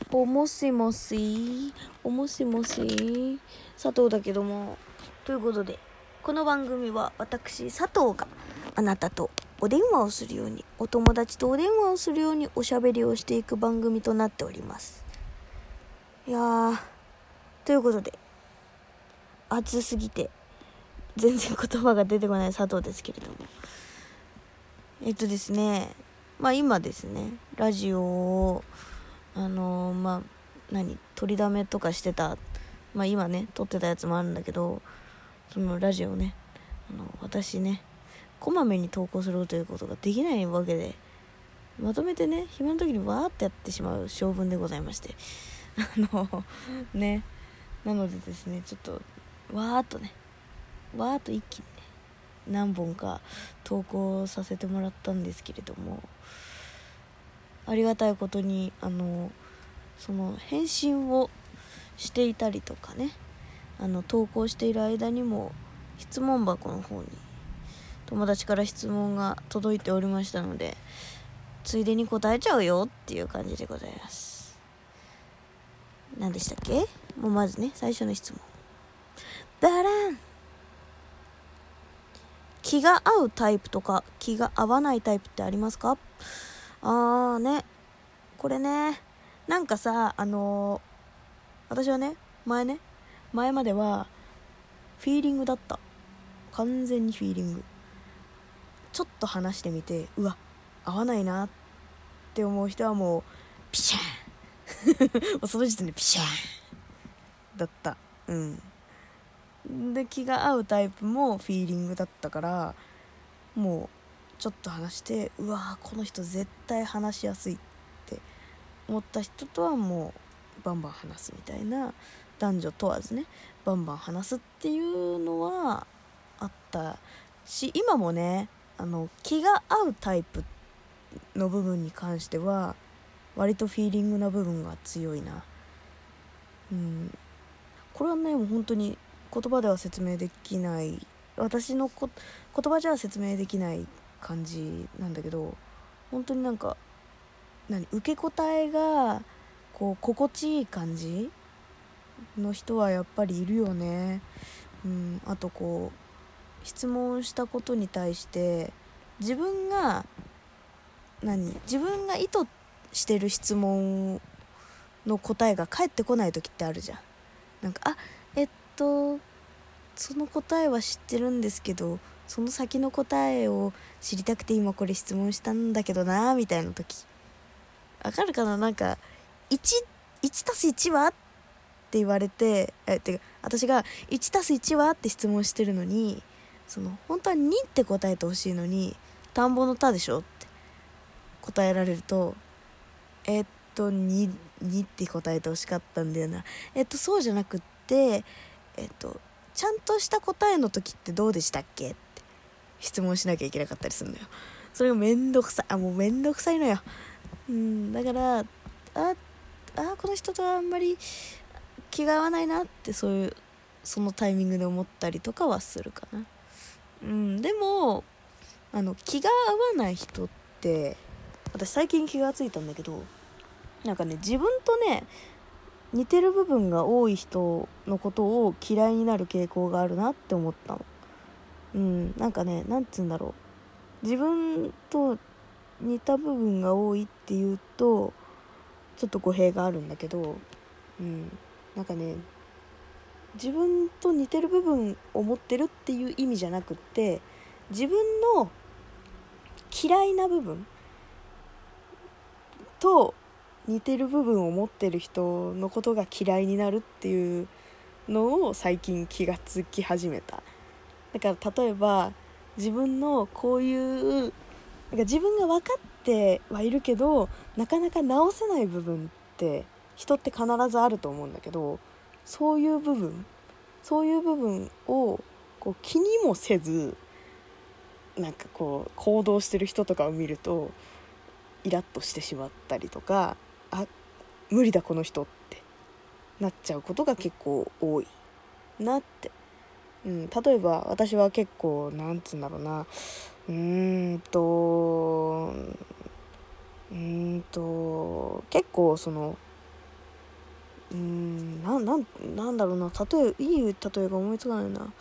もしもし佐藤だけども、ということでこの番組は私佐藤があなたとお電話をするように、お友達とお電話をするようにおしゃべりをしていく番組となっております。いやー、ということで暑すぎて全然言葉が出てこない佐藤ですけれども、ですね、今ですね、ラジオを取りだめとかしてた、今ね撮ってたやつもあるんだけど、そのラジオをね、私ねこまめに投稿するということができないわけで、まとめてね暇の時にわーってやってしまう性分でございましてね、なのでですね、ちょっとわーっと一気にね何本か投稿させてもらったんですけれども、ありがたいことにその返信をしていたりとかね、投稿している間にも質問箱の方に友達から質問が届いておりましたので、ついでに答えちゃうよっていう感じでございます。何でしたっけ？もうまずね、最初の質問、バラン、気が合うタイプとか気が合わないタイプってありますか？ね、これね、なんかさ、私はね、前まではフィーリングだった。完全にフィーリング。ちょっと話してみて、うわ、合わないなって思う人はもうピシャーンもうその時点でピシャーンだった。で、気が合うタイプもフィーリングだったから、もうちょっと話して、うわ、この人絶対話しやすいって思った人とはもうバンバン話すみたいな、男女問わずねバンバン話すっていうのはあったし、今もね、気が合うタイプの部分に関しては割とフィーリングな部分が強いな。これはね、もう本当に言葉では説明できない、私の言葉じゃ説明できない感じなんだけど、本当になんか受け答えがこう心地いい感じの人はやっぱりいるよね。あとこう質問したことに対して自分が意図してる質問の答えが返ってこない時ってあるじゃん。なんかその答えは知ってるんですけど、その先の答えを知りたくて今これ質問したんだけどなみたいな時、わかるかな？なんか 1+1 はって言われて、私が 1+1 はって質問してるのに、本当は2って答えてほしいのに、田んぼの田でしょって答えられると、2って答えてほしかったんだよな。そうじゃなくって、ちゃんとした答えの時ってどうでしたっけって質問しなきゃいけなかったりするのよ。それがめんどくさいのよ。だからこの人とはあんまり気が合わないなって、そのタイミングで思ったりとかはするかな。でも気が合わない人って、私最近気がついたんだけど、なんかね、自分とね似てる部分が多い人のことを嫌いになる傾向があるなって思ったの。なんかね、なんつうんだろう、自分と似た部分が多いっていうとちょっと語弊があるんだけど、なんかね、自分と似てる部分を持ってるっていう意味じゃなくって、自分の嫌いな部分と似てる部分を持ってる人のことが嫌いになるっていうのを最近気がつき始めた。だから例えば自分のこういう自分が分かってはいるけどなかなか直せない部分って人って必ずあると思うんだけど、そういう部分をこう気にもせずなんかこう行動してる人とかを見るとイラッとしてしまったりとか、無理だこの人ってなっちゃうことが結構多いなって。例えば私は結構なんつうんだろうな、結構なんだろうな、いい例えが思いつかないな。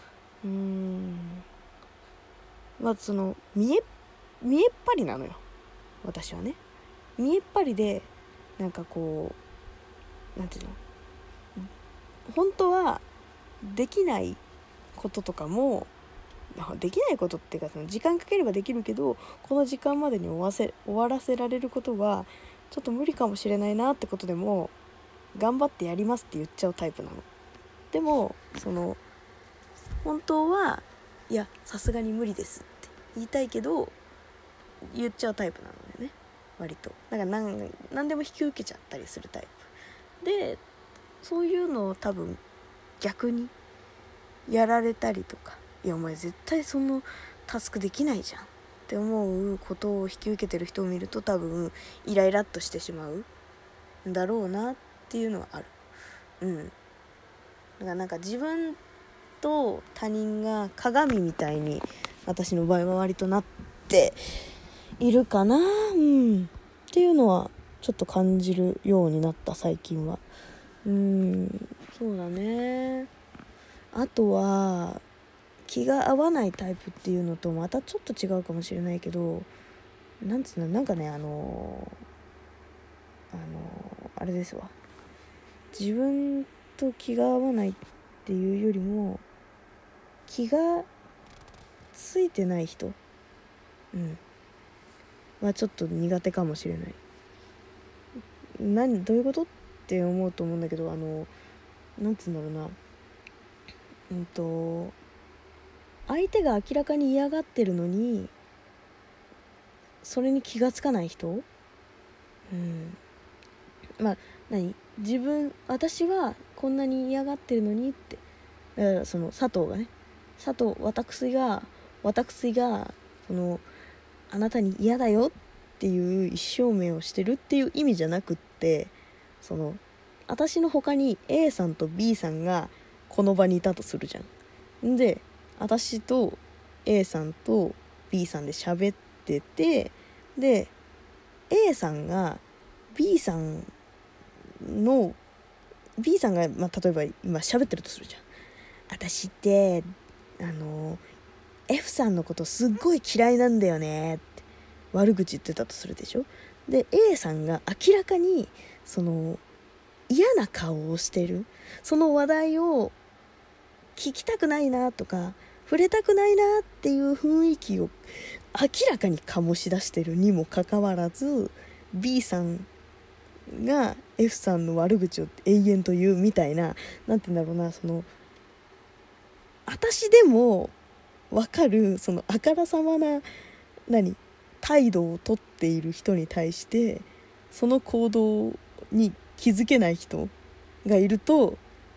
まずその見えっ張りなのよ、私はね。見えっ張りで、なんかこう、なんていうの、本当はできないこととかも、できないことっていうか、その時間かければできるけど、この時間までに終わらせられることはちょっと無理かもしれないなってことでも、頑張ってやりますって言っちゃうタイプなの。でもその本当はいや、さすがに無理ですって言いたいけど言っちゃうタイプなのよね、割と。だから何でも引き受けちゃったりするタイプで、そういうのを多分逆にやられたりとか、いやお前絶対そのタスクできないじゃんって思うことを引き受けてる人を見ると、多分イライラっとしてしまうんだろうなっていうのはある。だからなんか自分と他人が鏡みたいに私の場合は割となっているかな、っていうのはちょっと感じるようになった最近は。そうだね。あとは気が合わないタイプっていうのとまたちょっと違うかもしれないけど、なんかね、あれですわ、自分と気が合わないっていうよりも気がついてない人、はちょっと苦手かもしれない。どういうことって思うと思うんだけど、なんつうんだろうな、相手が明らかに嫌がってるのにそれに気がつかない人、私はこんなに嫌がってるのにって、だからその私がそのあなたに嫌だよっていう意思表明をしてるっていう意味じゃなくって、その私の他に A さんと B さんがこの場にいたとするじゃん。で私と A さんと B さんで喋ってて、で A さんが B さんが、例えば今喋ってるとするじゃん。私ってF さんのことすっごい嫌いなんだよねって悪口言ってたとするでしょ。で A さんが明らかにその嫌な顔をしてる、その話題を聞きたくないなとか触れたくないなっていう雰囲気を明らかに醸し出してるにもかかわらず、 B さんが F さんの悪口を永遠と言うみたいな、なんて言うんだろうな、その私でも分かるそのあからさまな態度をとっている人に対してその行動に気づけない人がいると、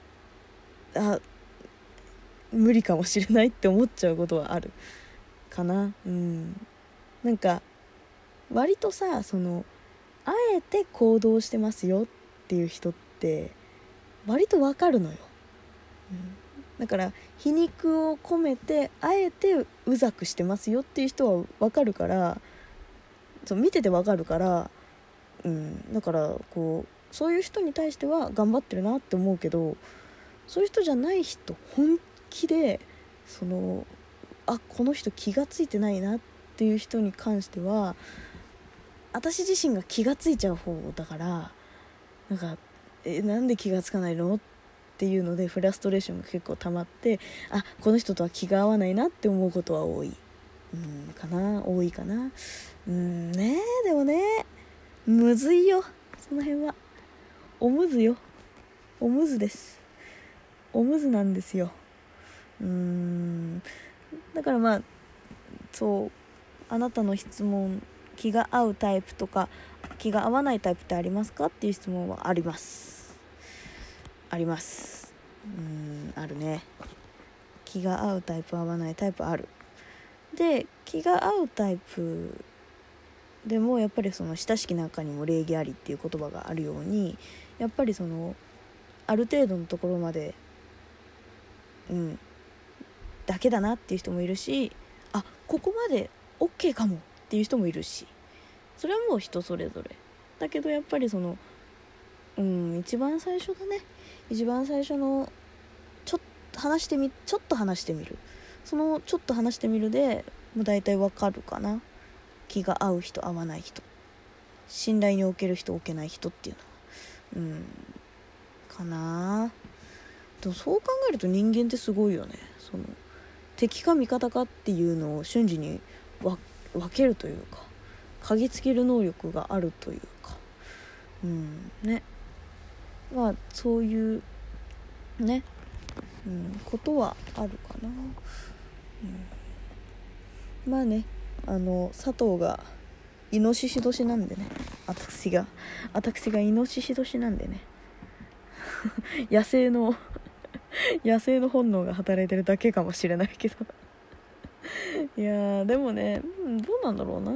無理かもしれないって思っちゃうことはあるかな。なんか割とさ、そのあえて行動してますよっていう人って割とわかるのよ、だから皮肉を込めてあえてうざくしてますよっていう人はわかるから、見ててわかるから、だからこうそういう人に対しては頑張ってるなって思うけど、そういう人じゃない人、本気でこの人気がついてないなっていう人に関しては私自身が気がついちゃう方だから、なんで気がつかないのっていうのでフラストレーションが結構溜まって、この人とは気が合わないなって思うことは多いかな。でもね、むずいよ、その辺は。おむずです。おむずなんですよ。だからあなたの質問、気が合うタイプとか気が合わないタイプってありますかっていう質問はあります。あるね。気が合うタイプ、合わないタイプある。で気が合うタイプでもやっぱりその親しき中にも礼儀ありっていう言葉があるように、やっぱりそのある程度のところまでだけだなっていう人もいるし、ここまで OK かもっていう人もいるし、それはもう人それぞれだけど、やっぱりその一番最初だね。一番最初のちょっと話してみる、そのちょっと話してみるでもう大体わかるかな。気が合う人合わない人、信頼における人おけない人っていうのはかな。でもそう考えると人間ってすごいよね。その敵か味方かっていうのを瞬時に分けるというか、嗅ぎつける能力があるというか、ね、まあそういうね、ことはあるかな。まあね、佐藤がイノシシ年なんでね、私がイノシシ年なんでね野生の本能が働いてるだけかもしれないけどいやでもね、どうなんだろうな。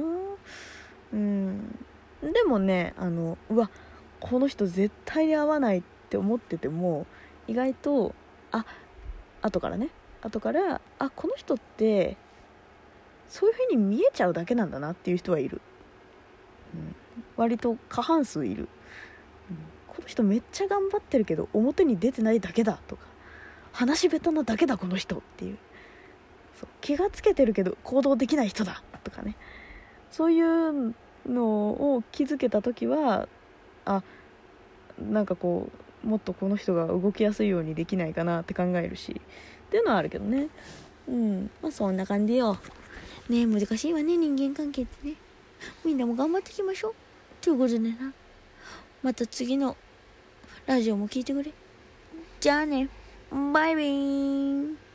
でもね、うわこの人絶対に合わないって思ってても、意外と後からこの人ってそういう風に見えちゃうだけなんだなっていう人はいる、割と過半数いる、この人めっちゃ頑張ってるけど表に出てないだけだとか、話下手なだけだこの人っていう、そう気がつけてるけど行動できない人だとかね、そういうのを気づけた時はなんかこうもっとこの人が動きやすいようにできないかなって考えるしっていうのはあるけどね。まあそんな感じよね。難しいわね、人間関係ってね。みんなも頑張っていきましょうということでな、また次のラジオも聞いてくれ。じゃあね、バイビーン。